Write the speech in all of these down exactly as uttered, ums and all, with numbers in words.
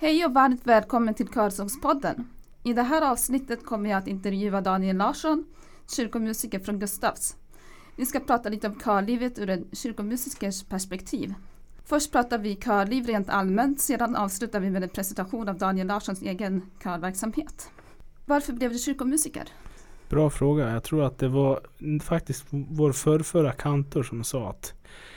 Hej och varmt välkommen till Körsångspodden. I det här avsnittet kommer jag att intervjua Daniel Larsson, kyrkomusiker från Gustavs. Vi ska prata lite om körlivet ur en kyrkomusikers perspektiv. Först pratar vi körliv rent allmänt, sedan avslutar vi med en presentation av Daniel Larssons egen körverksamhet. Varför blev du kyrkomusiker? Bra fråga. Jag tror att det var faktiskt vår förrförra kantor som sa att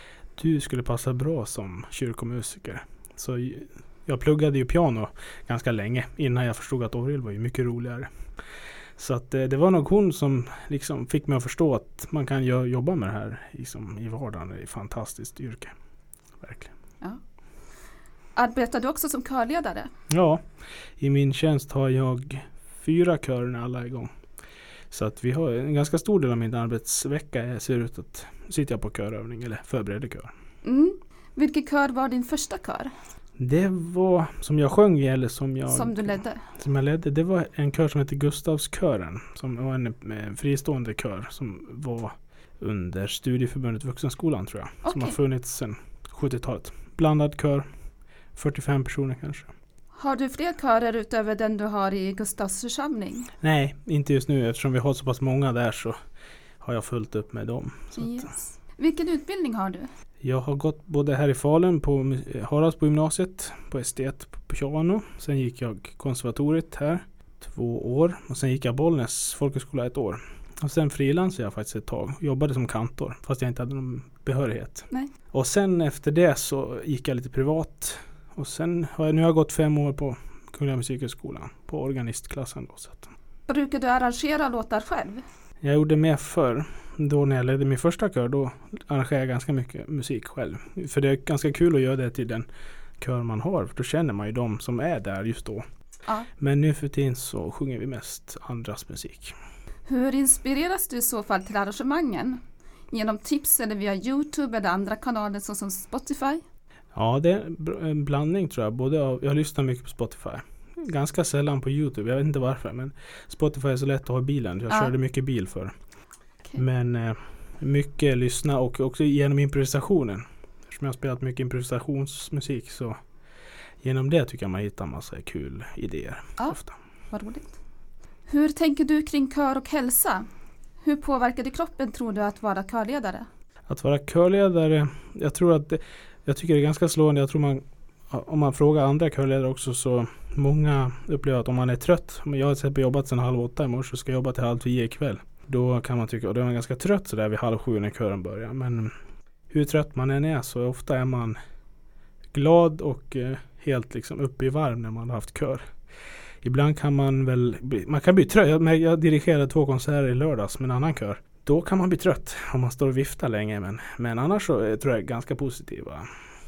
du skulle passa bra som kyrkomusiker. Så jag pluggade ju piano ganska länge innan jag förstod att orgel var ju mycket roligare. Så att det var nog hon som liksom fick mig att förstå att man kan jobba med det här liksom i vardagen. Det är ett fantastiskt yrke. Verkligen. Ja. Arbetar du också som körledare? Ja, i min tjänst har jag fyra körer när alla är igång. Så att vi har en ganska stor del av min arbetsvecka ser ut att sitta på körövning eller förbereda kör. Mm. Vilken kör var din första kör? Det var som jag sjöng i eller som jag... Som du ledde? Som jag ledde. Det var en kör som heter Gustavskören. Som var en, en fristående kör som var under Studieförbundet Vuxenskolan tror jag. Okay. Som har funnits sedan sjuttiotalet. Blandad kör. fyrtiofem personer kanske. Har du fler körer utöver den du har i Gustavs församling? Nej, inte just nu. Eftersom vi har så pass många där så har jag fullt upp med dem. Så yes. att, Vilken utbildning har du? Jag har gått både här i Falun på Harads på gymnasiet, på estet, på piano. Sen gick jag konservatoriet här två år. Och sen gick jag Bollnäs folkhögskola ett år. Och sen frilansade jag faktiskt ett tag. Jobbade som kantor fast jag inte hade någon behörighet. Nej. Och sen efter det så gick jag lite privat. Och sen har jag nu har jag gått fem år på Kungliga Musikhögskolan på organistklassen då. Så att. Brukar du arrangera låtar själv? Jag gjorde med förr. Då när jag ledde min första kör då arrangerade jag ganska mycket musik själv. För det är ganska kul att göra det till den kör man har. För då känner man ju de som är där just då. Ja. Men nu för tiden så sjunger vi mest andras musik. Hur inspireras du i så fall till arrangemangen? Genom tips eller via YouTube eller andra kanaler såsom Spotify? Ja, det är en blandning tror jag. Både av, jag lyssnar mycket på Spotify. Ganska sällan på YouTube. Jag vet inte varför. Men Spotify är så lätt att ha i bilen. Jag ja. körde mycket bil för. Okay. Men eh, mycket lyssna och också genom improvisationen. Eftersom jag har spelat mycket improvisationsmusik så genom det tycker jag man hittar massa kul idéer. Ja, ofta. Vad roligt. Hur tänker du kring kör och hälsa? Hur påverkar det kroppen tror du att vara körledare? Att vara körledare, jag tror att det, jag tycker det är ganska slående. Jag tror man, om man frågar andra körledare också så många upplever att om man är trött. Jag har till exempel jobbat sedan halv åtta i morse och ska jobba till halv tio ikväll. Då kan man tycka att det är ganska trött så där vid halv sju när kören börjar. Men hur trött man än är så ofta är man glad och eh, helt liksom uppe i varv när man har haft kör. Ibland kan man väl, bli, man kan bli trött. Jag, jag dirigerade två konserter i lördags med en annan kör. Då kan man bli trött om man står och viftar länge. Men, men annars så jag tror jag är ganska positiva.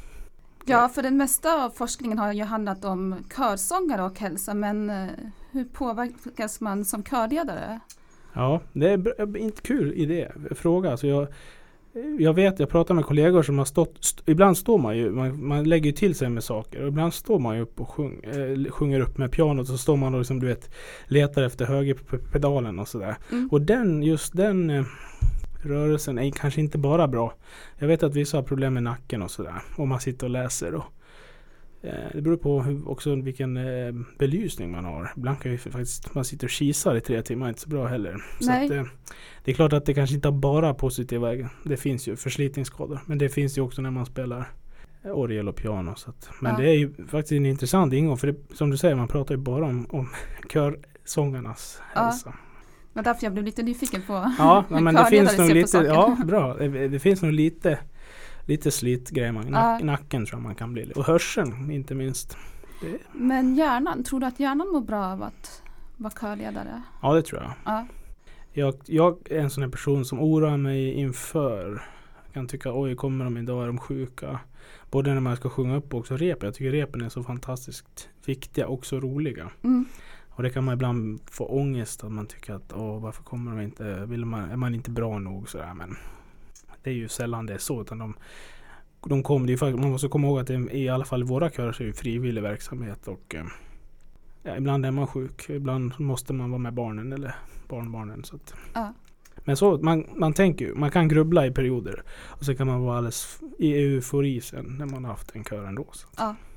Ja, för den mesta av forskningen har ju handlat om körsångare och hälsa. Men eh, hur påverkas man som körledare? Ja, det är inte kul idé. Fråga. Alltså jag, jag vet, jag pratar med kollegor som har stått, st- ibland står man ju, man, man lägger ju till sig med saker. Och ibland står man ju upp och sjung, äh, sjunger upp med pianot så står man och liksom, du vet, letar efter högerpedalen och sådär. Mm. Och den, just den äh, rörelsen är kanske inte bara bra. Jag vet att vissa har problem med nacken och sådär. Om man sitter och läser och det beror på hur, också vilken eh, belysning man har. Ibland kan ju faktiskt man sitter och kisar i tre timmar inte så bra heller. Så att, eh, det är klart att det kanske inte bara positiva. Det finns ju förslitningsskador. Men det finns ju också när man spelar orgel och piano. Så att, men ja. Det är ju faktiskt en intressant ingång. För det, som du säger, man pratar ju bara om, om körsångarnas hälsa. Ja. Men därför jag blev lite nyfiken på ja, men det finns nog lite, ja, bra. Det, det finns nog lite Lite slitgrejer. Nack, ja. Nacken tror jag man kan bli. Och hörseln inte minst. Det. Men hjärnan, tror du att hjärnan mår bra av att vara körledare? Ja, det tror jag. Ja. Jag, jag är en sån här person som oroar mig inför. Jag kan tycka, oj, kommer de idag, är de sjuka? Både när man ska sjunga upp och också rep. Jag tycker repen är så fantastiskt viktiga och så roliga. Mm. Och det kan man ibland få ångest att man tycker att, åh, varför kommer de inte? Vill man, är man inte bra nog? Sådär, men det är ju sällan det är så, utan de, de kommer, det är, man måste komma ihåg att det är, i alla fall i våra körer så är det frivillig verksamhet och ja, ibland är man sjuk, ibland måste man vara med barnen eller barnbarnen. Så att. Ja. Men så, man, man tänker ju, man kan grubbla i perioder och så kan man vara alldeles i eufori sen när man har haft en kör ändå. Så. Ja.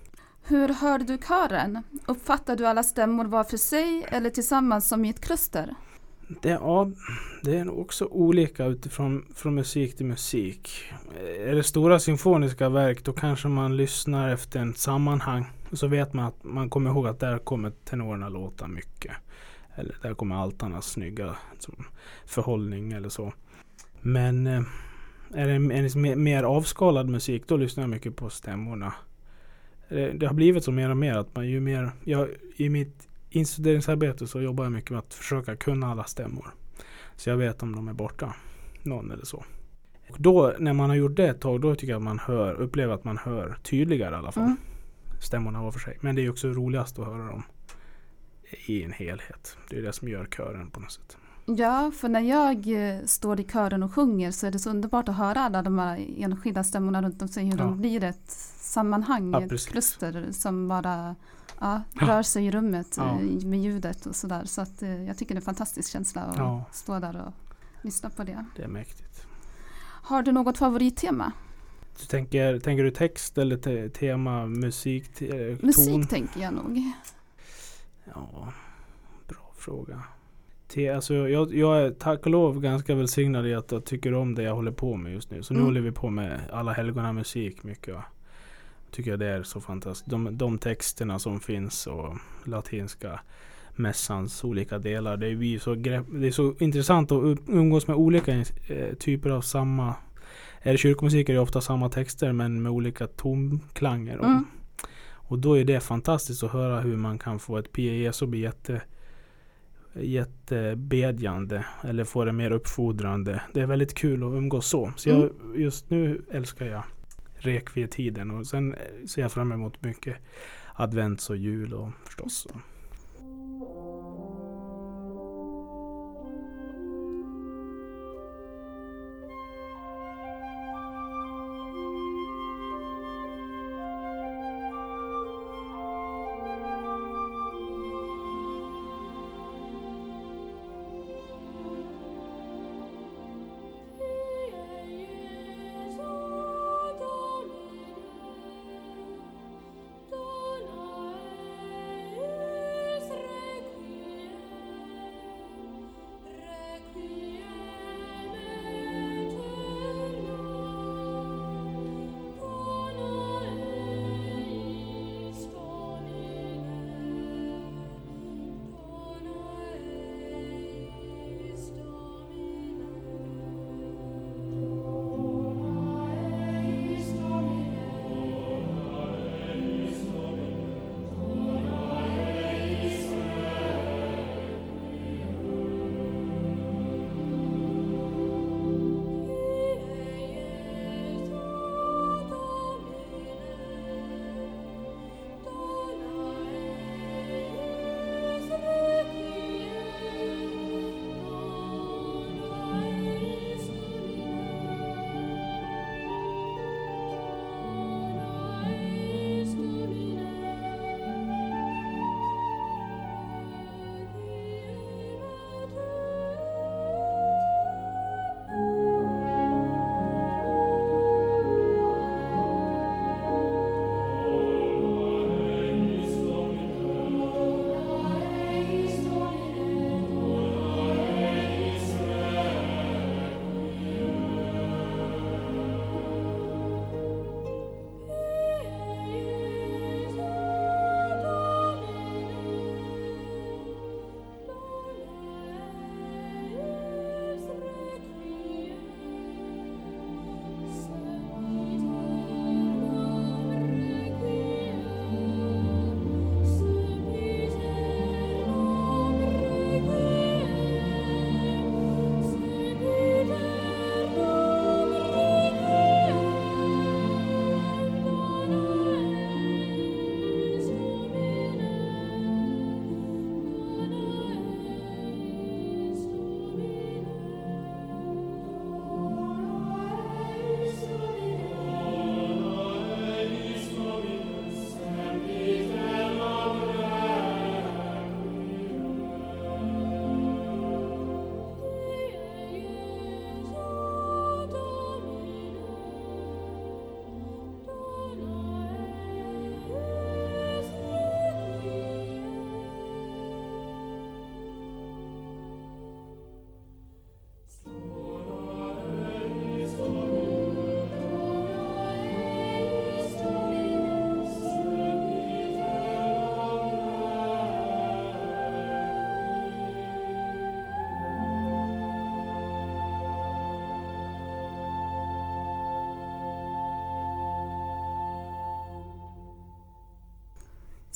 Hur hör du kören? Uppfattar du alla stämmor var för sig eller tillsammans som i ett kluster? Det, ja, det är nog också olika utifrån från musik till musik. Är det stora symfoniska verk, då kanske man lyssnar efter en sammanhang. Och så vet man att man kommer ihåg att där kommer tenorerna låta mycket. Eller där kommer altarna snygga som förhållning eller så. Men eh, är det en, en mer avskalad musik, då lyssnar jag mycket på stämmorna. Det, det har blivit så mer och mer att man ju mer... Jag, i mitt instuderingsarbete så jobbar jag mycket med att försöka kunna alla stämmor. Så jag vet om de är borta. Någon eller så. Och då, när man har gjort det ett tag, då tycker jag att man hör, upplever att man hör tydligare i alla fall. Mm. Stämmorna var för sig. Men det är också roligast att höra dem i en helhet. Det är det som gör kören på något sätt. Ja, för när jag står i kören och sjunger så är det så underbart att höra alla de här enskilda stämmorna runt om sig. Hur ja. de blir ett sammanhang, ja, ett kluster som bara ja, rör sig i rummet ja. med ljudet och sådär. Så att jag tycker det är en fantastisk känsla att ja. stå där och lyssna på det. Det är mäktigt. Har du något favorittema? Du tänker, tänker du text eller te- tema, musik? Te- musik ton? tänker jag nog. Ja, bra fråga. Te, alltså jag, jag är tack och lov ganska välsignad i att jag tycker om det jag håller på med just nu. Så nu mm. håller vi på med alla helgona musik mycket. Va? Tycker jag det är så fantastiskt. De, de texterna som finns och latinska mässans olika delar. Det är, vi så, grepp, det är så intressant att umgås med olika eh, typer av samma... Är det kyrkomusik är det ofta samma texter men med olika tonklanger. Mm. Och, och då är det fantastiskt att höra hur man kan få ett P E så bli jätte... jättebedjande eller få det mer uppfordrande. Det är väldigt kul att umgås så. Så jag, just nu älskar jag rekvietiden och sen ser jag fram emot mycket advents och jul och förstås.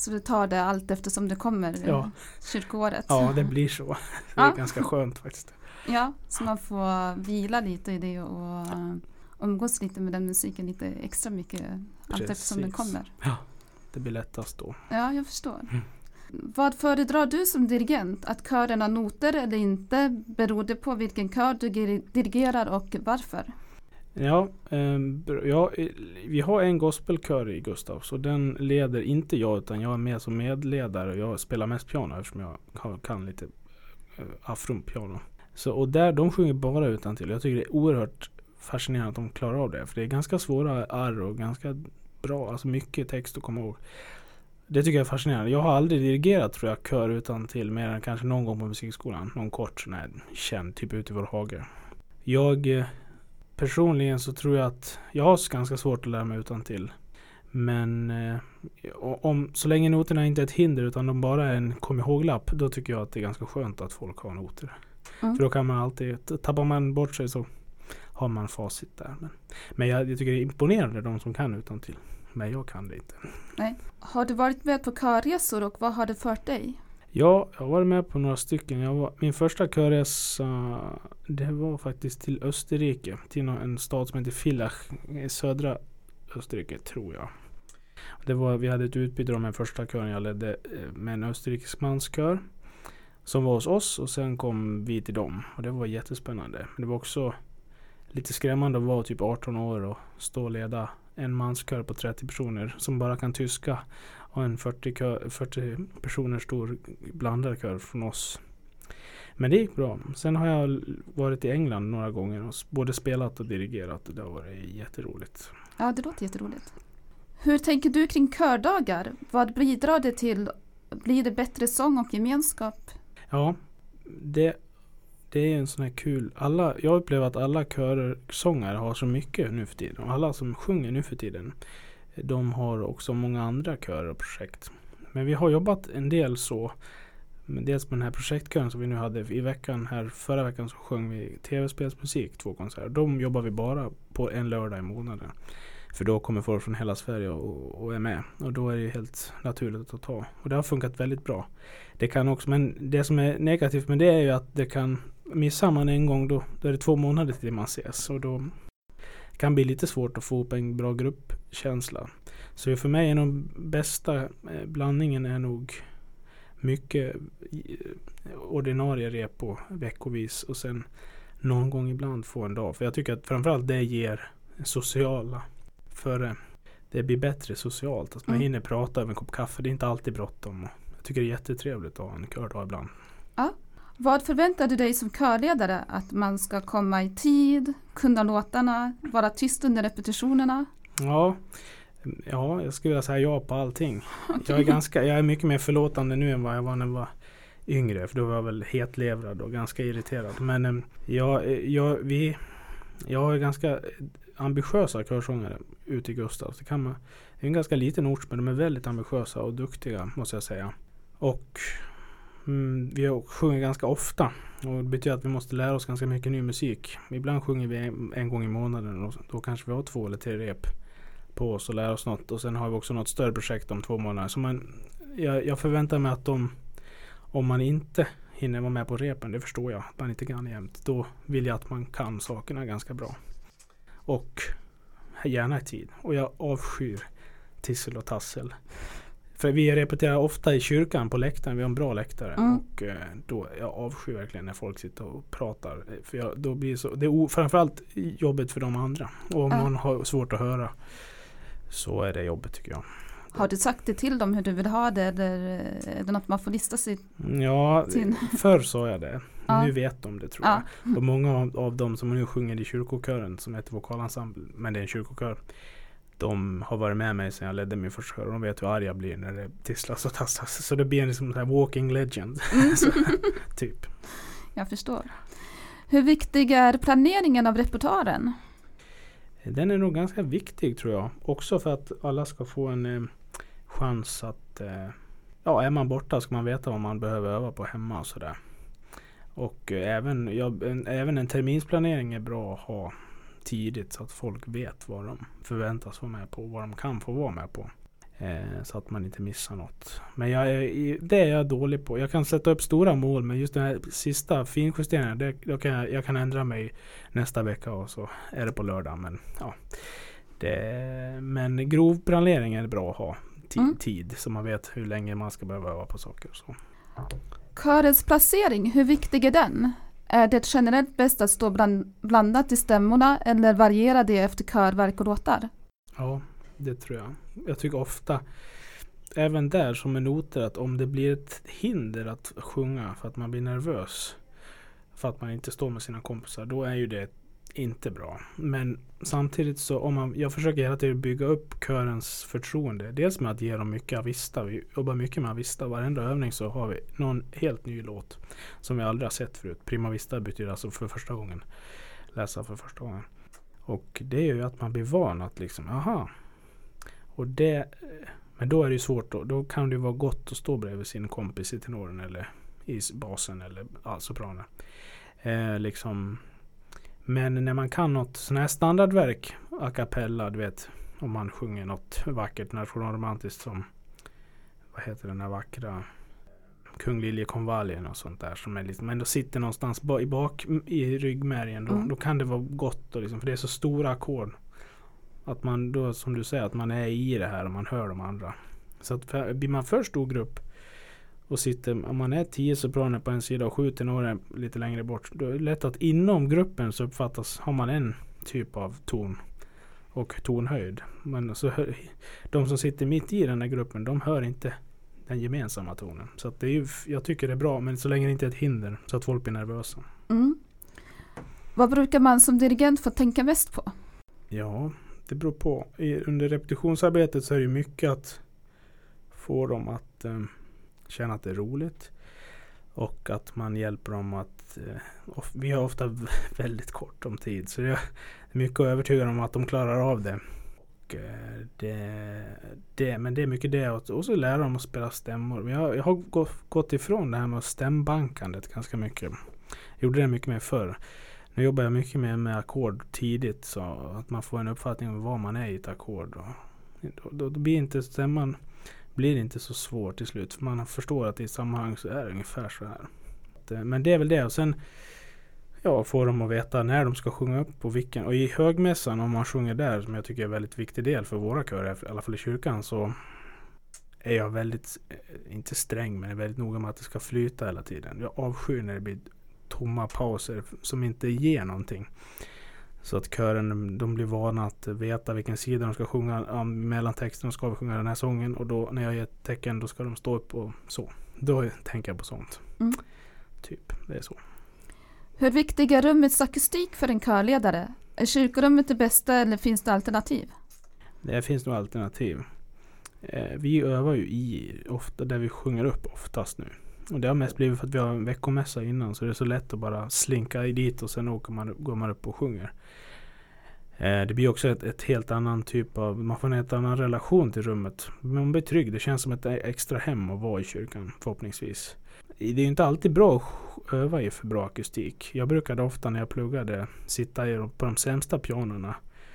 Så du tar det allt eftersom det kommer Ja. kyrkoåret? Ja, det blir så. Det är ja. ganska skönt faktiskt. Ja, så man får vila lite i det och umgås lite med den musiken lite extra mycket allt eftersom den kommer. Ja, det blir lättast då. Ja, jag förstår. Mm. Vad föredrar du som dirigent? Att kören har noter eller inte? Beror det på vilken kör du dirigerar och varför? Ja, eh, ja, vi har en gospelkör i Gustavs och den leder inte jag utan jag är med som medledare. Jag spelar mest piano eftersom jag kan lite eh, afrumpiano. Så, och där de sjunger bara utantill. Jag tycker det är oerhört fascinerande att de klarar av det. För det är ganska svåra arr och ganska bra, alltså mycket text att komma ihåg. Det tycker jag är fascinerande. Jag har aldrig dirigerat tror jag kör utantill mer än kanske någon gång på musikskolan. Någon kort sån här känd typ ute i vår hage. Jag personligen så tror jag att jag har ganska svårt att lära mig utantill. Men eh, om, så länge noterna inte är ett hinder utan de bara är en kom ihåg-lapp, då tycker jag att det är ganska skönt att folk har noter. Mm. För då kan man alltid, tappar man bort sig så har man facit där. Men, men jag, jag tycker det är imponerande de som kan utantill. Men jag kan det inte. Nej. Har du varit med på körresor och vad har det fört dig? Ja, jag har varit med på några stycken. Jag var, min första körresa det var faktiskt till Österrike. Till en stad som heter Villach i södra Österrike tror jag. Det var, vi hade ett utbyte med första kören jag ledde med en österrikisk manskör som var hos oss och sen kom vi till dem. Och det var jättespännande. Men det var också lite skrämmande att vara typ arton år och stå och leda en manskör på trettio personer som bara kan tyska och en fyrtio, kör, fyrtio personer stor blandad kör från oss. Men det gick bra. Sen har jag varit i England några gånger och både spelat och dirigerat och det har varit jätteroligt. Ja, det låter jätteroligt. Hur tänker du kring kördagar? Vad bidrar det till? Blir det bättre sång och gemenskap? Ja, det Det är en sån här kul, alla, jag upplever att alla körer, sångare har så mycket nu för tiden. Och alla som sjunger nu för tiden, de har också många andra körer och projekt. Men vi har jobbat en del så, dels med den här projektkören som vi nu hade i veckan här, förra veckan så sjöng vi tv-spelsmusik, två konserter. De jobbar vi bara på en lördag i månaden. För då kommer folk från hela Sverige och, och är med. Och då är det helt naturligt att ta. Och det har funkat väldigt bra. Det kan också, men det som är negativt med det är ju att det kan missar man en gång då, då är det två månader till man ses. Och då kan det bli lite svårt att få upp en bra gruppkänsla. Så för mig är nog bästa blandningen är nog mycket ordinarie rep på veckovis och sen någon gång ibland få en dag. För jag tycker att framförallt det ger sociala för det blir bättre socialt. Att man mm. hinner prata över en kopp kaffe. Det är inte alltid bråttom. Jag tycker det är jättetrevligt att ha en kördag ibland. Ja. Vad förväntar du dig som körledare? Att man ska komma i tid, kunna låtarna, vara tyst under repetitionerna? Ja, ja jag skulle vilja säga ja på allting. Okay. Jag är ganska, jag är mycket mer förlåtande nu än vad jag var när jag var yngre. För då var jag väl hetlevrad och ganska irriterad. Men jag, jag, vi, jag har ganska ambitiösa körsångare ute i Gustavs. Det kan man, det är en ganska liten ort men de är väldigt ambitiösa och duktiga måste jag säga. Och mm, vi sjunger ganska ofta och det betyder att vi måste lära oss ganska mycket ny musik. Ibland sjunger vi en, en gång i månaden och då kanske vi har två eller tre rep på oss och lära oss något. Och sen har vi också något större projekt om två månader. Så man, jag, jag förväntar mig att de, om man inte hinner vara med på repen, det förstår jag, att man inte kan jämt, då vill jag att man kan sakerna ganska bra. Och gärna i tid. Och jag avskyr tissel och tassel. För vi repeterar ofta i kyrkan på läktaren. Vi har en bra läktare. Mm. Och eh, då, jag avskyr verkligen när folk sitter och pratar. För jag, då blir så, det är o, framförallt jobbet för de andra. Och om mm. man har svårt att höra så är det jobbet tycker jag. Har du sagt det till dem hur du vill ha det? Eller är det något man får lista sig Ja, till? Förr sa jag det. Ja. Nu vet de det tror ja. jag. Och många av, av dem som nu sjunger i kyrkokören som heter vokalensemble, men det är en kyrkokör. De har varit med mig sedan jag ledde min första kör. Och de vet hur arg jag blir när det tisslas och tasslas. Så det blir en liksom en walking legend. Mm. Så, typ. Jag förstår. Hur viktig är planeringen av repertoaren? Den är nog ganska viktig tror jag. Också för att alla ska få en eh, chans att eh, ja, är man borta ska man veta vad man behöver öva på hemma och sådär. Och eh, även, ja, en, även en terminsplanering är bra att ha tidigt så att folk vet vad de förväntas vara med på, vad de kan få vara med på. Eh, så att man inte missar något. Men jag är, det är jag dålig på. Jag kan sätta upp stora mål, men just den här sista finjusteringen, det, då kan jag, jag kan ändra mig nästa vecka och så är det på lördag. Men, ja, det, men grov planering är bra att ha ti- mm. tid, så man vet hur länge man ska behöva öva på saker och så. Körens placering, hur viktig är den? Är det generellt bäst att stå bland, blandat i stämmorna eller variera det efter körverk och låtar? Ja, det tror jag. Jag tycker ofta, även där som med noter, att om det blir ett hinder att sjunga för att man blir nervös, för att man inte står med sina kompisar, då är ju det inte bra. Men samtidigt så, om man, jag försöker hela tiden bygga upp körens förtroende. Dels med att ge dem mycket avista. Vi jobbar mycket med avista. Varenda övning så har vi någon helt ny låt som vi aldrig har sett förut. Prima vista betyder alltså för första gången. Läsa för första gången. Och det är ju att man blir van att liksom, aha. Och det, men då är det ju svårt då. Då kan det ju vara gott att stå bredvid sin kompis i tenoren eller i basen eller sopranen. Eh, liksom. Men när man kan något sån här standardverk, a cappella, du vet, om man sjunger något vackert nationalromantiskt som, vad heter den här vackra, Kung Liljekonvaljen och sånt där, som är liksom, men då sitter någonstans ba, i bak i ryggmärgen, då, mm. då kan det vara gott och liksom, för det är så stora ackord att man då, som du säger, att man är i det här och man hör de andra. Så att för, blir man för stor grupp och sitter, om man är tio sopraner på en sida och sju tenorer lite längre bort, då är det lätt att inom gruppen så uppfattas, har man en typ av ton och tonhöjd. Men så hör, de som sitter mitt i den här gruppen, de hör inte den gemensamma tonen. Så att det är ju, jag tycker det är bra, men så länge det inte är ett hinder så att folk blir nervösa. Mm. Vad brukar man som dirigent få tänka mest på? Ja, det beror på. I, under repetitionsarbetet så är det mycket att få dem att um, känna att det är roligt och att man hjälper dem att eh, of, vi har ofta väldigt kort om tid, så det är mycket att övertyga dem om att de klarar av det. Och, eh, det, det men det är mycket det, och, och så lära dem att spela stämmor. Men jag, jag har gått, gått ifrån det här med stämbankandet ganska mycket. Jag gjorde det mycket mer förr. Nu jobbar jag mycket mer med ackord tidigt, så att man får en uppfattning om vad man är i ett ackord. Då, då, då blir inte stämman blir inte så svårt till slut, för man förstår att i ett sammanhang så är det ungefär så här. Men det är väl det, och sen ja, får de att veta när de ska sjunga upp och vilken, och i högmässan, om man sjunger där, som jag tycker är en väldigt viktig del för våra körer, i alla fall i kyrkan, så är jag väldigt, inte sträng, men är väldigt noga med att det ska flyta hela tiden. Jag avskyr när det blir tomma pauser som inte ger någonting. Så att kören, de blir vana att veta vilken sida de ska sjunga, ja, mellan texten ska vi sjunga den här sången, och då när jag ger ett tecken, då ska de stå upp och så. Då tänker jag på sånt. Mm. Typ, det är så. Hur viktig är rummets akustik för en körledare? Är kyrkorummet det bästa eller finns det alternativ? Det finns nog alternativ. Eh, vi övar ju i ofta där vi sjunger upp oftast nu. Och det har mest blivit för att vi har en veckomässa innan, så det är så lätt att bara slinka i dit och sen åker man, går man upp och sjunger. Eh, det blir också ett, ett helt annan typ av, man får en helt annan relation till rummet. Man blir trygg, det känns som ett extra hem att vara i kyrkan, förhoppningsvis. Det är ju inte alltid bra att öva i för bra akustik. Jag brukade ofta när jag pluggade sitta i, på de sämsta pianorna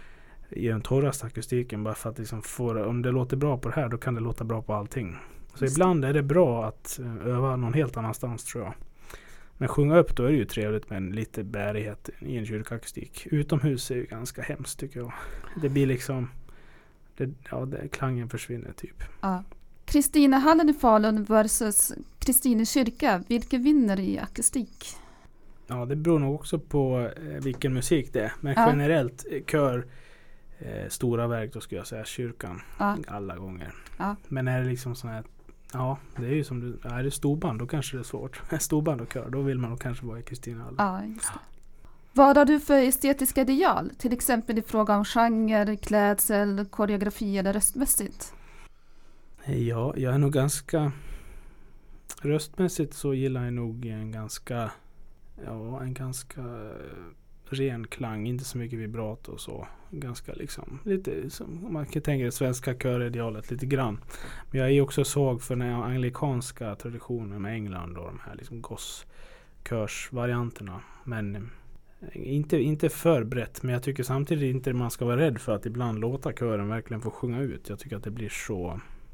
i den torraste akustiken, bara för att liksom få, om det låter bra på det här, då kan det låta bra på allting. Så ibland är det bra att öva någon helt annanstans, tror jag. Men sjunga upp, då är det ju trevligt med en lite bärighet i en kyrkakustik. Utomhus är ju ganska hemskt, tycker jag. Det blir liksom, det, ja, det, klangen försvinner typ. Ja. Kristinehallen i Falun versus Kristine kyrka, vilka vinner i akustik? Ja, det beror nog också på eh, vilken musik det är. Men ja. generellt kör eh, stora verk, då skulle jag säga kyrkan ja. alla gånger. Ja. Men är det liksom sån här, ja, det är ju som du, är det storband, då kanske det är svårt. Storband och kör, då vill man nog kanske vara i Kristinehallen. Ja, just det. Vad har du för estetiska ideal? Till exempel i fråga om genre, klädsel, koreografi eller röstmässigt? Ja, jag är nog ganska röstmässigt så gillar jag nog en ganska ja, en ganska ren klang, inte så mycket vibrato och så. Ganska liksom, lite som man kan tänka det svenska köridealet lite grann. Men jag är också svag för den anglikanska traditionen med England och de här liksom gosskörsvarianterna. Men inte, inte för brett, men jag tycker samtidigt inte man ska vara rädd för att ibland låta kören verkligen få sjunga ut. Jag tycker att det blir så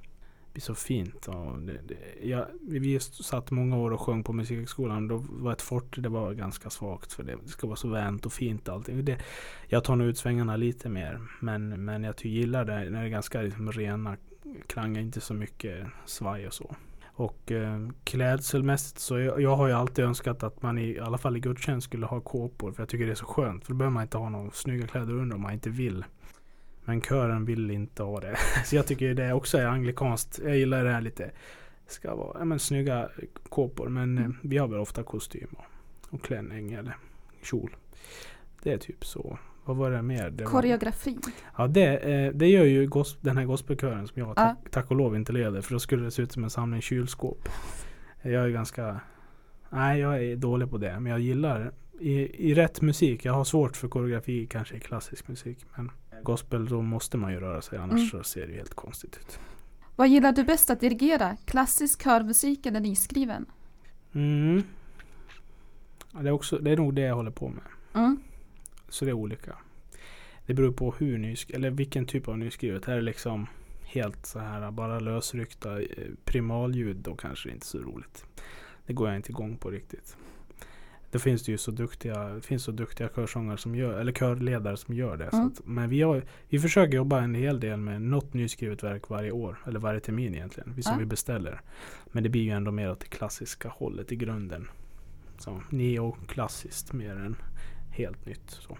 blir så fint. Och det, det, jag, vi satt många år och sjöng på musikhögskolan. Då var ett fort, det var ganska svagt för det. Det ska vara så vänt och fint allting. Det, jag tar nu ut svängarna lite mer. Men, men jag tycker gillar det när det är ganska liksom, rena klangar, inte så mycket svaj och så. Och eh, klädselmässigt så jag, jag har ju alltid önskat att man i, i alla fall i gudstjänst skulle ha kåpor. För jag tycker det är så skönt. För då behöver man inte ha några snygga kläder under om man inte vill. Men kören vill inte ha det. Så jag tycker det också är anglikanskt. Jag gillar det här lite. Det ska vara ja, men, snygga kåpor. Men mm. eh, vi har väl ofta kostym och, och klänning eller kjol. Det är typ så. Vad var det mer? Det Koreografi. Var, ja, det, eh, det gör ju gos, den här gospelkören som jag ja. tack, tack och lov inte leder. För då skulle det se ut som en samling kylskåp. Jag är ganska... Nej, jag är dålig på det. Men jag gillar i, i rätt musik. Jag har svårt för koreografi kanske i klassisk musik. Men gospel, då måste man ju röra sig. Annars mm. så ser det ju helt konstigt ut. Vad gillar du bäst att dirigera? Klassisk körmusik eller nyskriven? Mm. Ja, det, är också, det är nog det jag håller på med. Mm. Så det är olika. Det beror på hur nyskrivet, eller vilken typ av nyskrivet. Här är liksom helt så här bara lösryckta primalljud, då kanske det inte är så roligt. Det går jag inte igång på riktigt. Det finns det ju så duktiga, det finns så duktiga körsångare som gör, eller körledare som gör det. Mm. Så att, men vi, har, vi försöker jobba en hel del med något nyskrivet verk varje år, eller varje termin egentligen, vi som mm. vi beställer. Men det blir ju ändå mer åt det klassiska hållet i grunden. Så neoklassiskt mer än helt nytt så.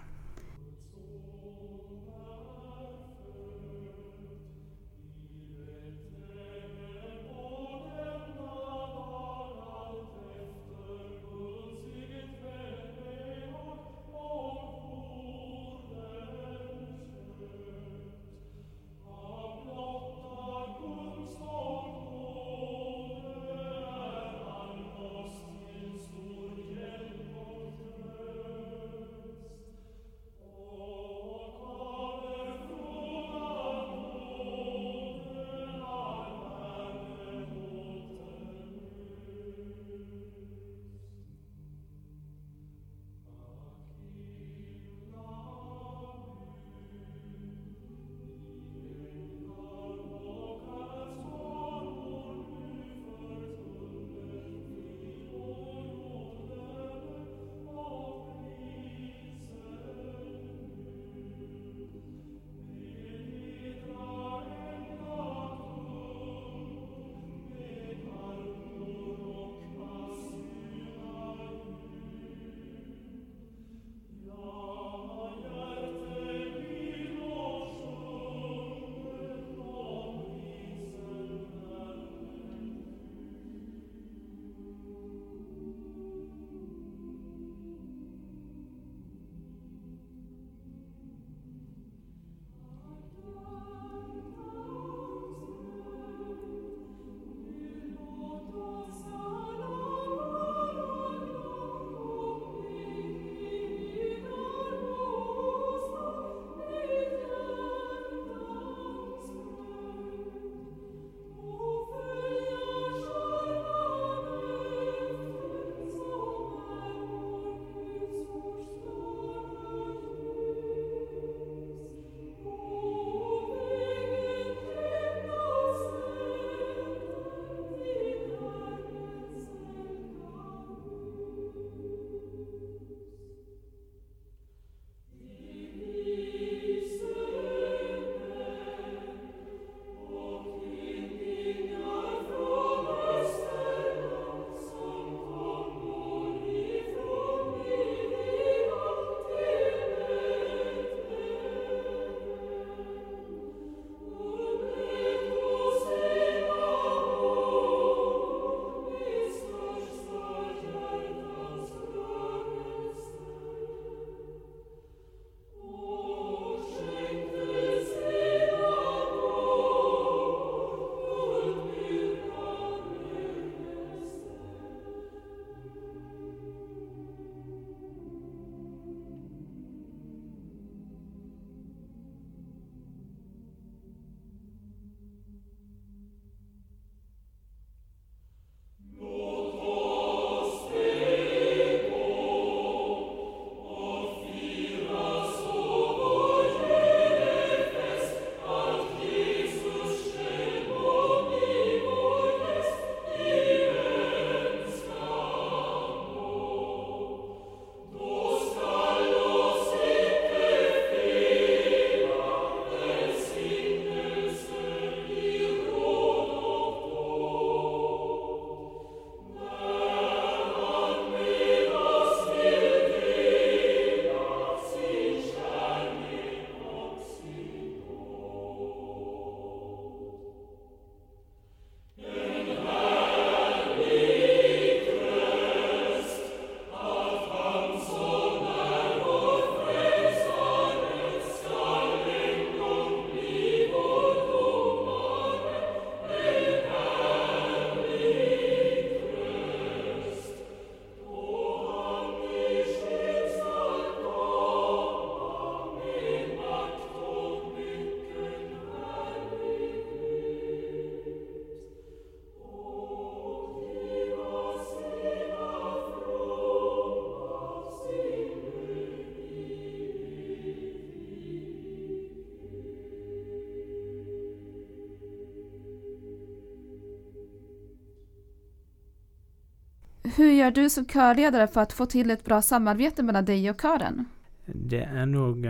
Hur gör du som körledare för att få till ett bra samarbete mellan dig och kören? Det är nog...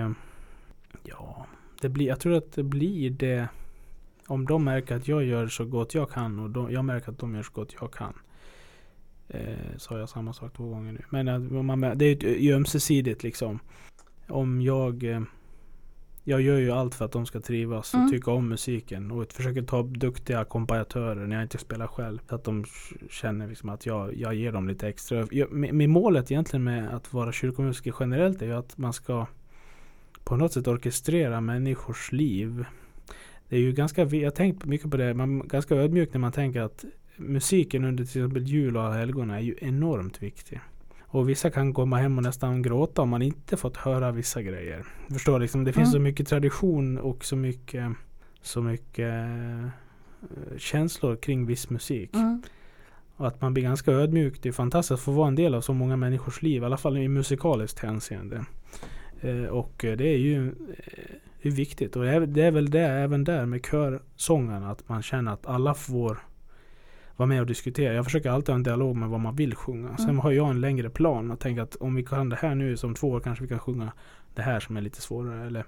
Ja, det blir, jag tror att det blir det... Om de märker att jag gör så gott jag kan och de, jag märker att de gör så gott jag kan. Eh, så har jag samma sak två gånger nu. Men att man, det är ju ömsesidigt liksom. Om jag... Eh, jag gör ju allt för att de ska trivas och mm. tycka om musiken. Och försöker ta duktiga ackompanjatörer när jag inte spelar själv. Så att de känner liksom att jag, jag ger dem lite extra. Jag, med målet egentligen med att vara kyrkomusiker generellt är ju att man ska på något sätt orkestrera människors liv. Det är ju ganska, jag har tänkt mycket på det, man är ganska ödmjuk när man tänker att musiken under till exempel jul och helgona är ju enormt viktig. Och vissa kan komma hem och nästan gråta om man inte fått höra vissa grejer. Förstår liksom, det finns mm. så mycket tradition och så mycket, så mycket uh, känslor kring viss musik. Mm. Och att man blir ganska ödmjuk, det är fantastiskt att få vara en del av så många människors liv, i alla fall i musikaliskt hänseende. Uh, och det är ju... Uh, Det är viktigt och det är väl det även där med körsångarna att man känner att alla får vara med och diskutera. Jag försöker alltid ha en dialog med vad man vill sjunga. Mm. Sen har jag en längre plan och tänker att om vi kan det här nu som två år kanske vi kan sjunga det här som är lite svårare. Eller...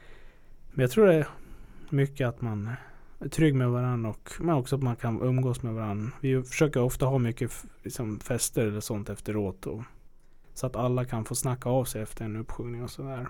Men jag tror det är mycket att man är trygg med varandra och men också att man kan umgås med varandra. Vi försöker ofta ha mycket liksom, fester eller sånt efteråt och, så att alla kan få snacka av sig efter en uppsjungning och sådär.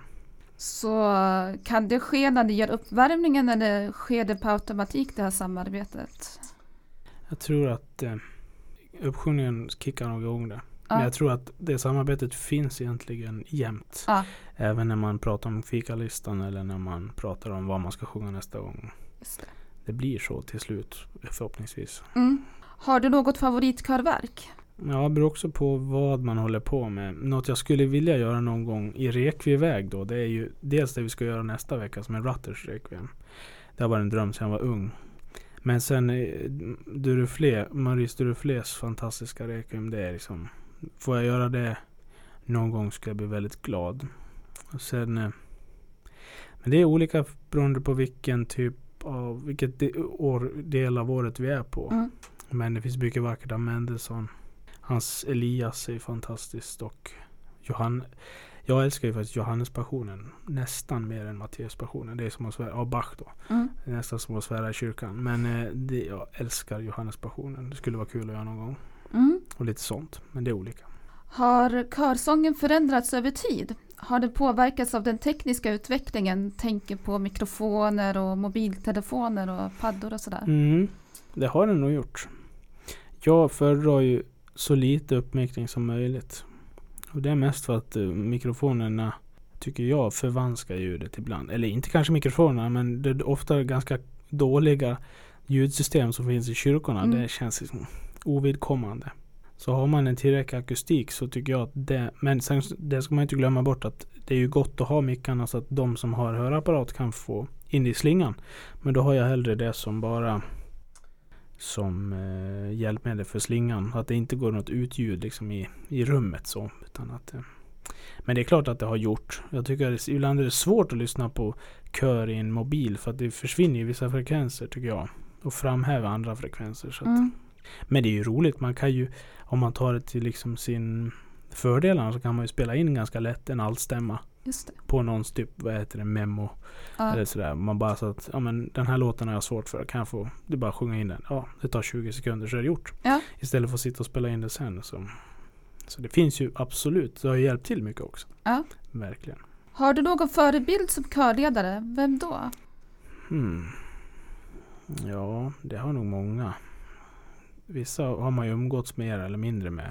Så kan det ske när ni gör uppvärmningen eller sker det på automatik det här samarbetet? Jag tror att eh, uppsjungningen kickar nog igång det. Ja. Men jag tror att det samarbetet finns egentligen jämt. Ja. Även när man pratar om fikalistan eller när man pratar om vad man ska sjunga nästa gång. Just det. Det blir så till slut förhoppningsvis. Mm. Har du något favoritkörverk? Ja, det beror också på vad man håller på med. Något jag skulle vilja göra någon gång i Rekviväg då, det är ju dels det vi ska göra nästa vecka som är Rutters Requiem. Det var en dröm sedan jag var ung. Men sen Duruflé, Maurice Duruflés fantastiska Requiem, det är liksom, får jag göra det någon gång ska jag bli väldigt glad. Och sen, men det är olika beroende på vilken typ av, vilket de, år, del av året vi är på. Mm. Men det finns mycket vackert av Mendelssohn. Hans Elias är fantastiskt och Johan, jag älskar ju faktiskt Johannespassionen nästan mer än Matteuspassionen. Det är som att svära av Bach då. Mm. Det är nästan som att svära i kyrkan. Men eh, det, jag älskar Johannespassionen. Det skulle vara kul att göra någon gång. Mm. Och lite sånt. Men det är olika. Har körsången förändrats över tid? Har det påverkats av den tekniska utvecklingen? Tänker på mikrofoner och mobiltelefoner och paddor och sådär. Mm. Det har den nog gjort. Jag föredrar ju så lite uppmärkning som möjligt. Och det är mest för att uh, mikrofonerna tycker jag förvanskar ljudet ibland. Eller inte kanske mikrofonerna, men det är ofta ganska dåliga ljudsystem som finns i kyrkorna. Mm. Det känns liksom ovidkommande. Så har man en tillräcklig akustik så tycker jag att det... Men sen det ska man inte glömma bort att det är ju gott att ha mickarna så att de som har hörapparat kan få in i slingan. Men då har jag hellre det som bara... som eh, hjälpmedel för slingan. Att det inte går något utljud liksom i, i rummet så. Utan att, eh. Men det är klart att det har gjort. Jag tycker att ibland är det svårt att lyssna på kör i en mobil. För att det försvinner ju vissa frekvenser tycker jag. Och framhäva andra frekvenser. Så att, mm. Men det är ju roligt. Man kan ju, om man tar det till liksom sin fördelar så kan man ju spela in ganska lätt en altstämma. Just det. På någons typ, vad heter det, memo. Ja. Eller sådär. Man bara så att, ja men den här låten har jag svårt för. Kan jag få, det bara sjunga in den. Ja, det tar tjugo sekunder så är det gjort. Ja. Istället för att sitta och spela in det sen. Så, så det finns ju absolut, det har ju hjälpt till mycket också. Ja. Verkligen. Har du någon förebild som körledare? Vem då? Hmm. Ja, det har nog många. Vissa har man ju umgåtts mer eller mindre med.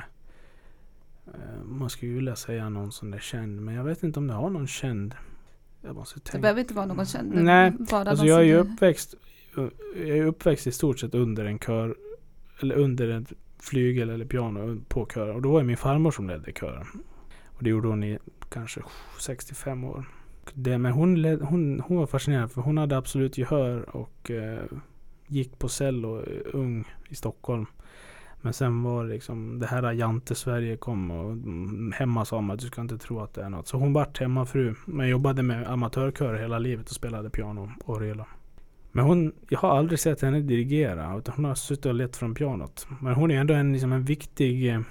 Man skulle vilja säga någon som är känd, men jag vet inte om det har någon känd. Jag måste tänka. Det behöver inte vara någon känd. Nej, alltså jag är ju uppväxt, jag är uppväxt i stort sett under en kör, eller under en flygel eller piano på kören. Och då var det min farmor som ledde kören. Och det gjorde hon i kanske sextiofem år. Det, men hon, led, hon, hon var fascinerad för hon hade absolut gehör och eh, gick på cello ung i Stockholm. Men sen var det liksom, det här Jante Sverige kom och hemma sa man att du ska inte tro att det är något. Så hon vart hemmafru, men jobbade med amatörkör hela livet och spelade piano och orgel. Men hon, jag har aldrig sett henne dirigera, utan hon har suttit och lett från pianot. Men hon är ändå en, liksom en viktig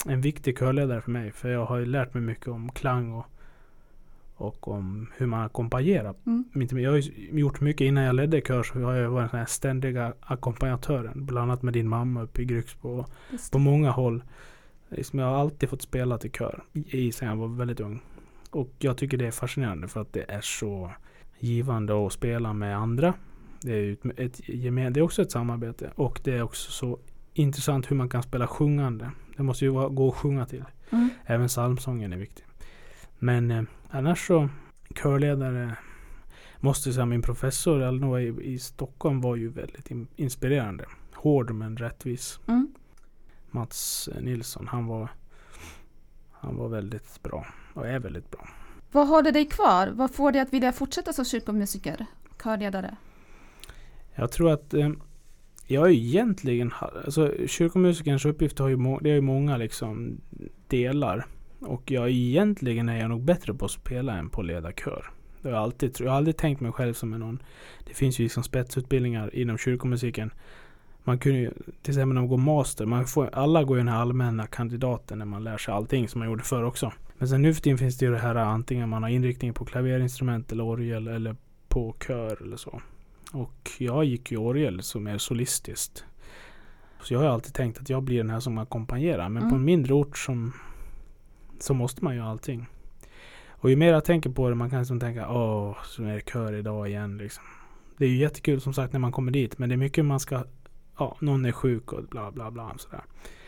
en viktig körledare för mig. För jag har ju lärt mig mycket om klang och, och om hur man ackompanjerar. Mm. Jag har ju gjort mycket innan jag ledde kör, så jag har ju varit den här ständiga ackompanjatören. Bland annat med din mamma uppe i Grycksbo. På många håll. Liksom jag har alltid fått spela till kör i sen jag var väldigt ung. Och jag tycker det är fascinerande för att det är så givande att spela med andra. Det är, ett, ett, det är också ett samarbete. Och det är också så intressant hur man kan spela sjungande. Det måste ju vara, gå att sjunga till. Mm. Även psalmsången är viktig. Men eh, annars så körledare måste jag säga, min professor Elnor i, i Stockholm var ju väldigt in, inspirerande. Hård men rättvis. Mm. Mats Nilsson, han var han var väldigt bra och är väldigt bra. Vad håller dig kvar? Vad får dig att vilja fortsätta som kyrkomusiker, körledare? Jag tror att eh, jag är egentligen, alltså kyrkomusikerns uppgift har ju, må, det är ju många liksom delar. Och jag egentligen är jag nog bättre på att spela än på att leda kör. Det har jag, alltid, jag har aldrig tänkt mig själv som en någon. Det finns ju liksom spetsutbildningar inom kyrkomusiken. Man kunde ju, till exempel när man går master, man får, alla går ju den här allmänna kandidaten när man lär sig allting som man gjorde förr också. Men sen nu för tiden finns det ju det här antingen man har inriktning på klaverinstrument eller orgel eller på kör eller så. Och jag gick ju orgel som är solistiskt. Så jag har alltid tänkt att jag blir den här som ackompanjerar. Men mm. på en mindre ort som, så måste man ju allting. Och ju mer jag tänker på det, man kan liksom tänka, åh, så är det kör idag igen liksom. Det är ju jättekul som sagt när man kommer dit, men det är mycket man ska, ja, någon är sjuk och bla bla bla sådär.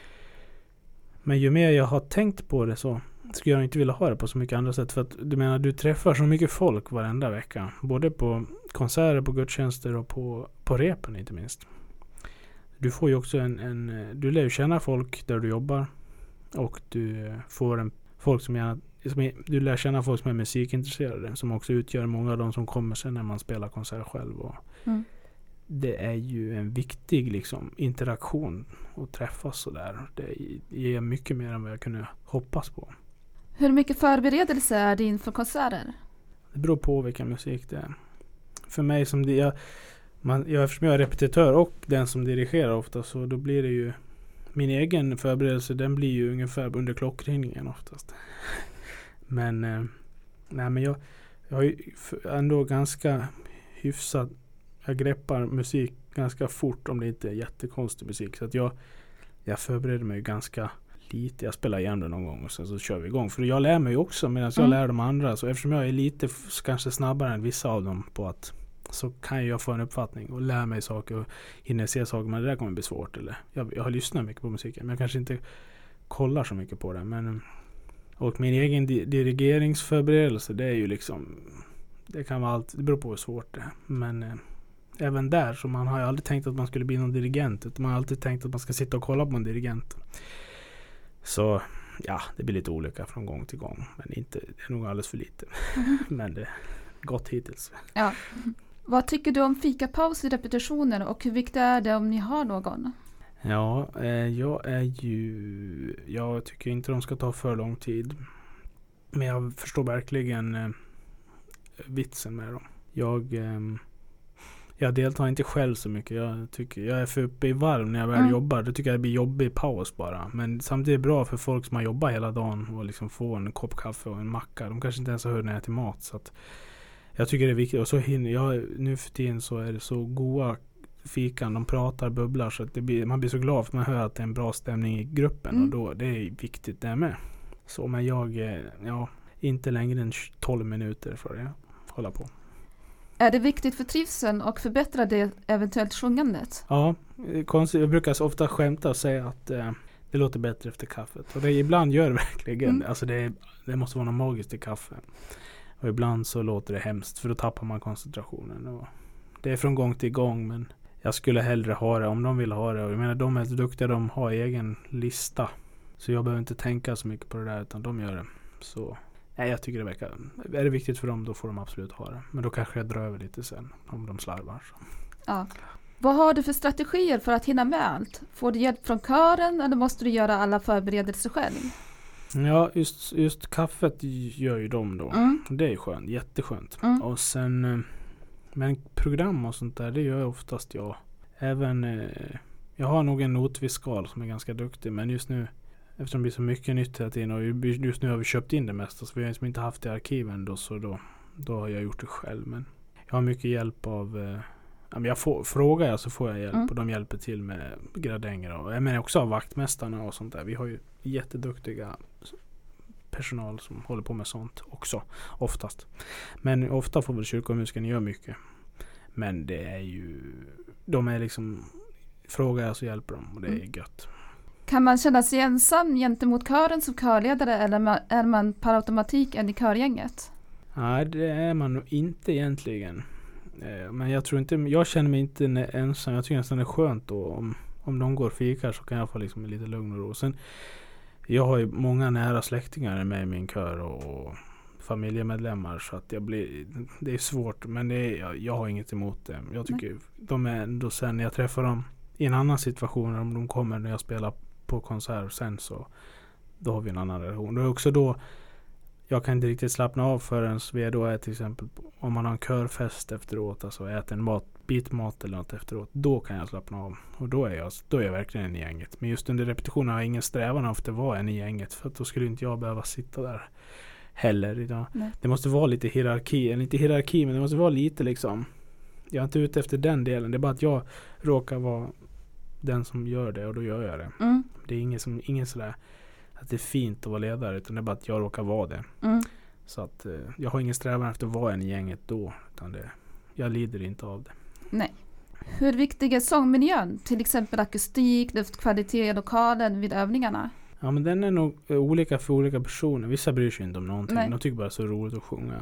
Men ju mer jag har tänkt på det så skulle jag inte vilja ha det på så mycket andra sätt. För att du menar, du träffar så mycket folk varenda vecka. Både på konserter, på gudstjänster och på, på repen inte minst. Du får ju också en, en du lär ju känna folk där du jobbar. Och du får en folk som gärna, som är, du lär känna folk som är musikintresserade. Som också utgör många av de som kommer sen när man spelar konsert själv. Och mm. Det är ju en viktig liksom, interaktion att träffas sådär. Det ger mycket mer än vad jag kunde hoppas på. Hur mycket förberedelse är det inför konserter? Det beror på vilken musik det är. För mig som det, jag, man, jag, eftersom jag är repetitör och den som dirigerar ofta, så då blir det ju min egen förberedelse, den blir ju ungefär under klockringningen oftast. Men eh, nej, men jag, jag har ju ändå ganska hyfsat, jag greppar musik ganska fort om det inte är jättekonstig musik. Så att jag, jag förbereder mig ganska lite. Jag spelar igen det någon gång och sen så kör vi igång. För jag lär mig också medan jag mm. lär de andra. Så eftersom jag är lite f- kanske snabbare än vissa av dem på att, så kan jag få en uppfattning och lära mig saker och hinna se saker. Men det där kommer bli svårt. Eller, jag, jag har lyssnat mycket på musiken, men jag kanske inte kollar så mycket på det. Men, och min egen di- dirigeringsförberedelse, det är ju liksom, det kan vara allt, det beror på hur svårt det är. Men eh, även där, så man har ju aldrig tänkt att man skulle bli någon dirigent, utan man har alltid tänkt att man ska sitta och kolla på en dirigent. Så ja, det blir lite olika från gång till gång. Men inte, det är nog alldeles för lite. Mm. Men det är gott hittills. Ja. Vad tycker du om fikapaus i repetitioner och hur viktigt är det om ni har någon? Ja, eh, jag är ju... Jag tycker inte de ska ta för lång tid. Men jag förstår verkligen eh, vitsen med dem. Jag... Eh, Jag deltar inte själv så mycket. Jag tycker jag är för uppe i varv när jag väl mm. jobbar. Då tycker jag det blir jobbig paus bara. Men samtidigt är det bra för folk som har jobbat hela dagen och liksom få en kopp kaffe och en macka. De kanske inte ens har hört när jag är till mat. Så att jag tycker det är viktigt. Och så hinner jag, nu för tiden så är det så goda fikan. De pratar, bubblar. Så att det blir, man blir så glad för man hör att det är en bra stämning i gruppen. Mm. Och då, det är viktigt det med. Så men jag, ja, inte längre än tolv minuter för det. Hålla på. Är det viktigt för trivseln och förbättra det eventuellt sjungandet? Ja, konstigt. Jag brukar så ofta skämta och säga att eh, det låter bättre efter kaffet. Och det ibland gör det verkligen. Mm. Alltså det, det måste vara något magiskt i kaffe. Och ibland så låter det hemskt, för då tappar man koncentrationen. Och det är från gång till gång, men jag skulle hellre ha det om de vill ha det. Och jag menar, de är så duktiga, de har egen lista. Så jag behöver inte tänka så mycket på det där, utan de gör det. Så... Nej, jag tycker det verkar... Är det viktigt för dem, då får de absolut ha det. Men då kanske jag drar över lite sen, om de slarvar. Så. Ja. Vad har du för strategier för att hinna med allt? Får du hjälp från kören eller måste du göra alla förberedelser själv? Ja, just, just kaffet gör ju de då. Mm. Det är skönt, jätteskönt. Mm. Och sen... Men program och sånt där, det gör jag oftast jag. Även... Jag har nog en notviskal som är ganska duktig, men just nu... eftersom det blir så mycket nytt hela tiden och just nu har vi köpt in det mesta så vi har liksom inte haft det i arkiven då, så då, då har jag gjort det själv. Men jag har mycket hjälp av eh, ja, men jag får, frågar jag så får jag hjälp mm. och de hjälper till med gradänger och jag menar också av vaktmästarna och sånt där. Vi har ju jätteduktiga personal som håller på med sånt också, oftast. Men ofta får väl kyrkomusiken göra mycket. Men det är ju, de är liksom, frågar jag så hjälper de och det är mm. gött. Kan man känna sig ensam gentemot kören som körledare eller är man per automatik en i körgänget? Nej, det är man nog inte egentligen. Men jag tror inte, jag känner mig inte ensam. Jag tycker nästan det är skönt då om, om de går och fikar så kan jag få liksom lite lugn och ro. Sen, jag har ju många nära släktingar med i min kör och familjemedlemmar så att jag blir, det är svårt men det är, jag, jag har inget emot det. Jag tycker Nej. De är ändå sen när jag träffar dem i en annan situation om de kommer när jag spelar på konsert sen så då har vi en annan relation. Det är också då jag kan inte riktigt slappna av förrän vi då är till exempel om man har en körfest efteråt, alltså äter en mat, bit mat eller något efteråt, då kan jag slappna av och då är jag, då är jag verkligen en i gänget. Men just under repetitionen har jag ingen strävan av att det var en i gänget för att då skulle inte jag behöva sitta där heller idag. Nej. Det måste vara lite hierarki, inte hierarki men det måste vara lite liksom, jag är inte ute efter den delen, det är bara att jag råkar vara den som gör det och då gör jag det. Mm. Det är ingen som, ingen sådär att det är fint att vara ledare utan det är bara att jag råkar vara det. Mm. Så att eh, jag har ingen strävan efter att vara en i gänget då utan det, jag lider inte av det. Nej. Hur viktig är sångmiljön? Till exempel akustik, luftkvalitet i lokalen vid övningarna? Ja men den är nog eh, olika för olika personer. Vissa bryr sig inte om någonting. Nej. De tycker bara det är så roligt att sjunga.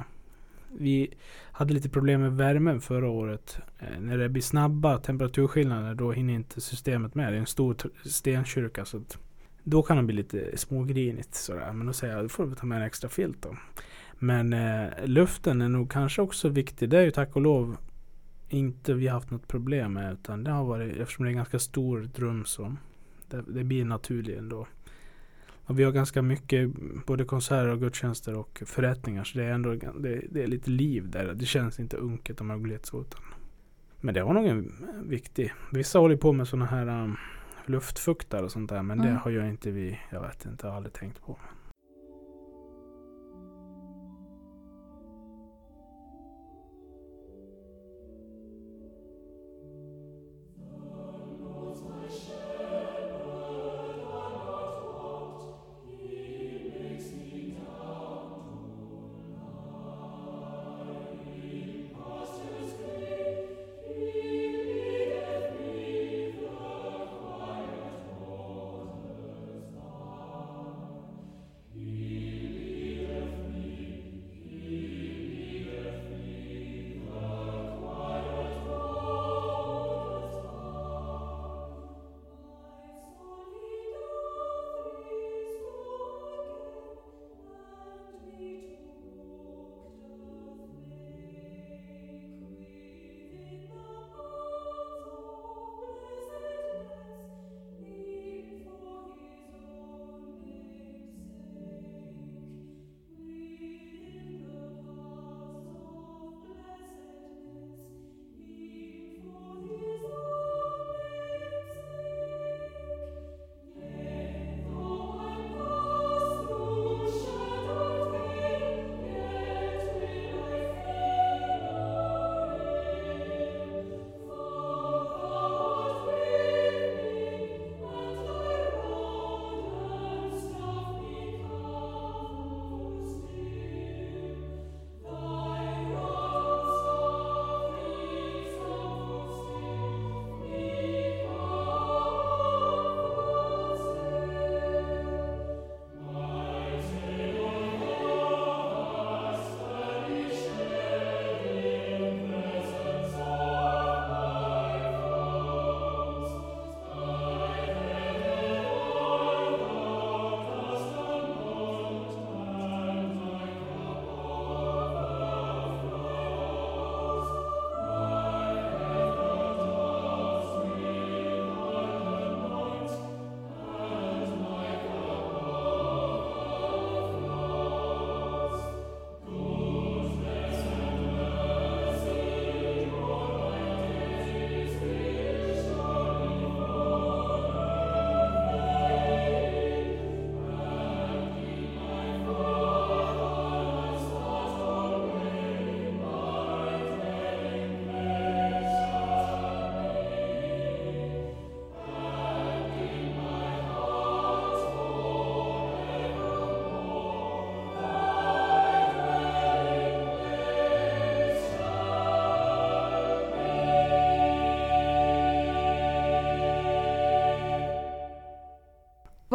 Vi hade lite problem med värmen förra året. Eh, när det blir snabba temperaturskillnader då hinner inte systemet med. Det är en stor t- stenkyrka så att då kan det bli lite smågrinigt sådär. Men då säger jag, då får du ta med en extra filt då. Men eh, luften är nog kanske också viktig. Det är ju tack och lov inte vi har haft något problem med. Utan det har varit, eftersom det är en ganska stor drum så det, det blir naturligt ändå. Och vi har ganska mycket både konserter och gudstjänster och förrättningar. Så det är ändå det, det är lite liv där. Det känns inte unket om jag blir så utan. Men det var nog en viktig. Vissa håller på med såna här um, luftfuktar och sånt där. Men mm. det har jag inte vi, jag vet inte, jag har aldrig tänkt på.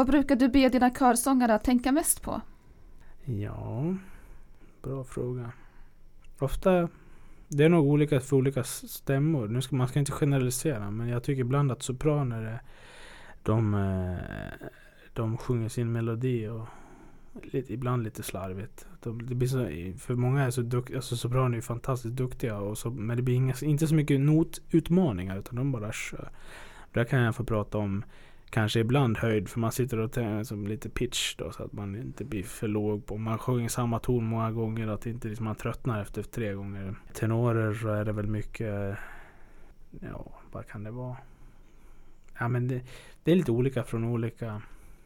Vad brukar du be dina körsångare att tänka mest på? Ja, bra fråga. Ofta, det är nog olika för olika stämmor. Nu ska man ska inte generalisera, men jag tycker ibland att sopraner de, de sjunger sin melodi och lite, ibland lite slarvigt. De, det blir så, för många är så duktiga, alltså sopraner är fantastiskt duktiga och så, men det blir inga, inte så mycket notutmaningar utan de bara kör. Där kan jag få prata om kanske ibland höjd, för man sitter och tänker som lite pitch då, så att man inte blir för låg på. Man sjunger samma ton många gånger, att inte liksom man tröttnar efter tre gånger. Tenorer så är det väl mycket, ja, vad kan det vara? Ja, men det, det är lite olika från olika.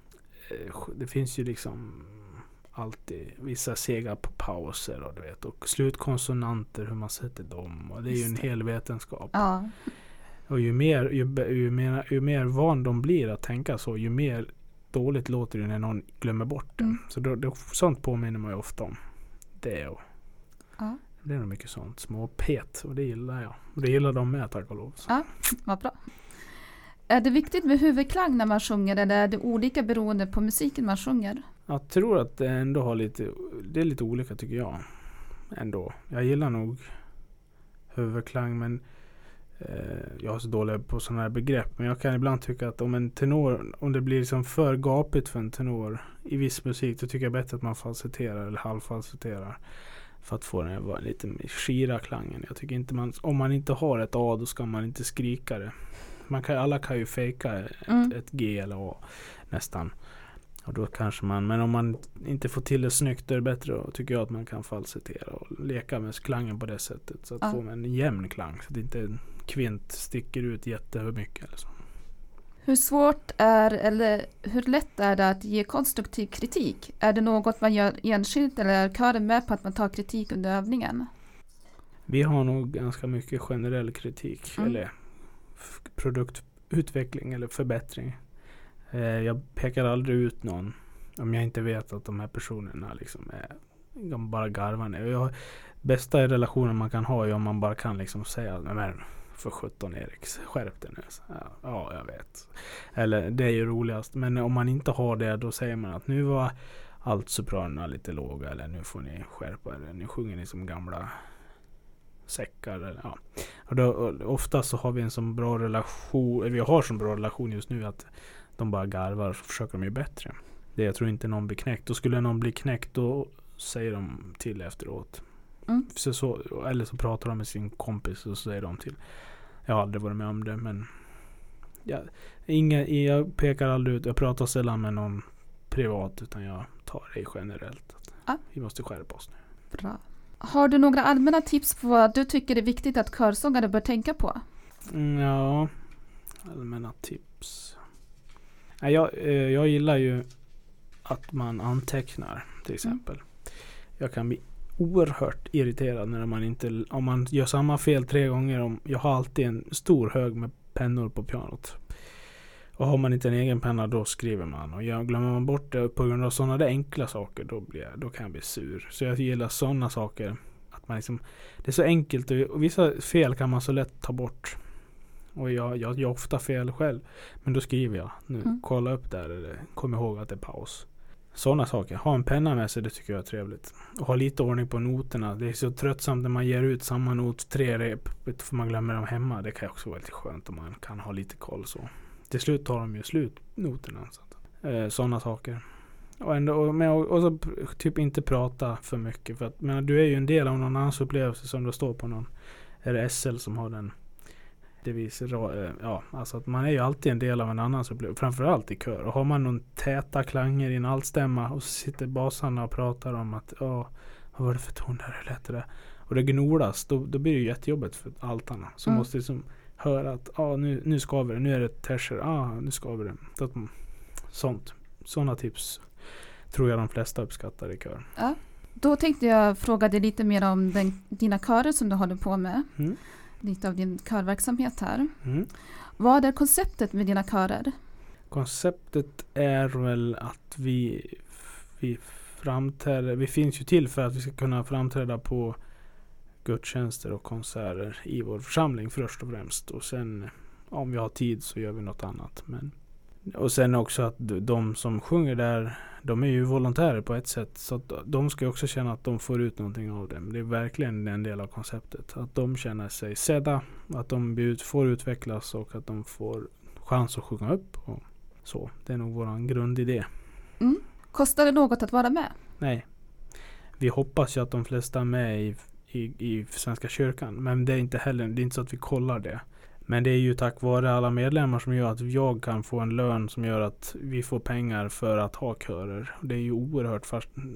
Det finns ju liksom alltid vissa sega på pauser och du vet, och slutkonsonanter, hur man sätter dem, och det är ju en hel vetenskap. Ja. Och ju mer, ju, ju, mer, ju mer van de blir att tänka så, ju mer dåligt låter det när någon glömmer bort det. Mm. Så då, då, sånt påminner man ju ofta om. Det är, och, ja. Det är nog mycket sånt. Små pet, och det gillar jag. Och det gillar de med, tack och lov. Så. Ja, vad bra. Är det viktigt med huvudklang när man sjunger, eller är det olika beroende på musiken man sjunger? Jag tror att det ändå har lite, det är lite olika tycker jag. Ändå. Jag gillar nog huvudklang, men jag är så dålig på sådana här begrepp, men jag kan ibland tycka att om en tenor, om det blir liksom för gapigt för en tenor i viss musik, då tycker jag bättre att man falsetterar eller halvfalsetterar för att få den här lite skira klangen. Jag tycker inte man, om man inte har ett A, då ska man inte skrika det. Man kan, alla kan ju fejka ett, mm. ett G eller A nästan. Och då kanske man, men om man inte får till det snyggt, då är det bättre, då tycker jag att man kan falsettera och leka med klangen på det sättet, så att ja. få en jämn klang, så att inte en kvint sticker ut jättemycket eller så. Hur svårt är, eller hur lätt är det att ge konstruktiv kritik? Är det något man gör enskilt, eller är kören med på att man tar kritik under övningen? Vi har nog ganska mycket generell kritik, mm. eller f- produktutveckling eller förbättring. Jag pekar aldrig ut någon om jag inte vet att de här personerna liksom är bara garvande. Jag, bästa relationen man kan ha är om man bara kan liksom säga, men för sjutton Eriks, skärp dig nu. Ja, ja, jag vet. Eller det är ju roligast. Men om man inte har det, då säger man att nu var allt sopranerna lite låga, eller nu får ni skärpa er, nu sjunger ni som gamla säckar. Eller, ja. Och då, och ofta så har vi en sån bra relation, vi har sån bra relation just nu att de bara garvar, så försöker de ju bättre. Det jag tror inte någon blir knäckt. Då skulle någon bli knäckt, då säger de till efteråt. Mm. Så, så, eller så pratar de med sin kompis och så säger de till. Jag har aldrig varit med om det, men ja, inga, jag pekar aldrig ut. Jag pratar sällan med någon privat, utan jag tar det generellt. Ah. Vi måste skärpa oss nu. Bra. Har du några allmänna tips på vad du tycker är viktigt att körsångare bör tänka på? Mm, ja, allmänna tips. Jag, jag gillar ju att man antecknar till exempel. Mm. Jag kan bli oerhört irriterad när man inte, om man gör samma fel tre gånger. Om, jag har alltid en stor hög med pennor på pianot. Och har man inte en egen penna, då skriver man. Och jag, glömmer man bort det på grund av sådana där enkla saker, då, blir jag, då kan jag bli sur. Så jag gillar sådana saker. Att man liksom, det är så enkelt, och, och vissa fel kan man så lätt ta bort. Och jag, jag gör ofta fel själv. Men då skriver jag. Nu, mm. kolla upp där. Eller kom ihåg att det är paus. Sådana saker. Ha en penna med sig, det tycker jag är trevligt. Och ha lite ordning på noterna. Det är så tröttsamt när man ger ut samma not tre rep. För man glömmer dem hemma. Det kan också vara lite skönt om man kan ha lite koll så. Till slut tar de ju slut, noterna. Så att, eh, sådana saker. Och, ändå, och, med, och, och så typ inte prata för mycket. För att, men du är ju en del av någon annans upplevelse, som det står på någon. Är det S L som har den? Det visar, ja, alltså att man är ju alltid en del av en annans upplevelse, framförallt i kör. Och har man någon täta klanger i en altstämma, och så sitter basarna och pratar om att ja, vad var det för ton där, hur lät det? Och det gnolas, då, då blir det ju jättejobbigt för altarna. Så mm. måste liksom höra att ja, nu, nu ska vi det, nu är det terser, ja, nu ska vi det. Så att man, sånt, sådana tips tror jag de flesta uppskattar i kör. Ja, då tänkte jag fråga dig lite mer om den, dina körer som du håller på med. Mm. Lite av din körverksamhet här. Mm. Vad är konceptet med dina körer? Konceptet är väl att vi, vi framträder, vi finns ju till för att vi ska kunna framträda på gudstjänster och konserter i vår församling först och främst. Och sen om vi har tid så gör vi något annat. Men Och sen också att de som sjunger där, de är ju volontärer på ett sätt. Så att de ska också känna att de får ut någonting av det. Det är verkligen en del av konceptet. Att de känner sig sedda, att de får utvecklas och att de får chans att sjunga upp. Och så, det är nog vår grundidé. Mm. Kostar det något att vara med? Nej. Vi hoppas ju att de flesta är med i, i, i Svenska kyrkan. Men det är inte heller, det är inte så att vi kollar det. Men det är ju tack vare alla medlemmar som gör att jag kan få en lön som gör att vi får pengar för att ha körer. Det är ju oerhört fast,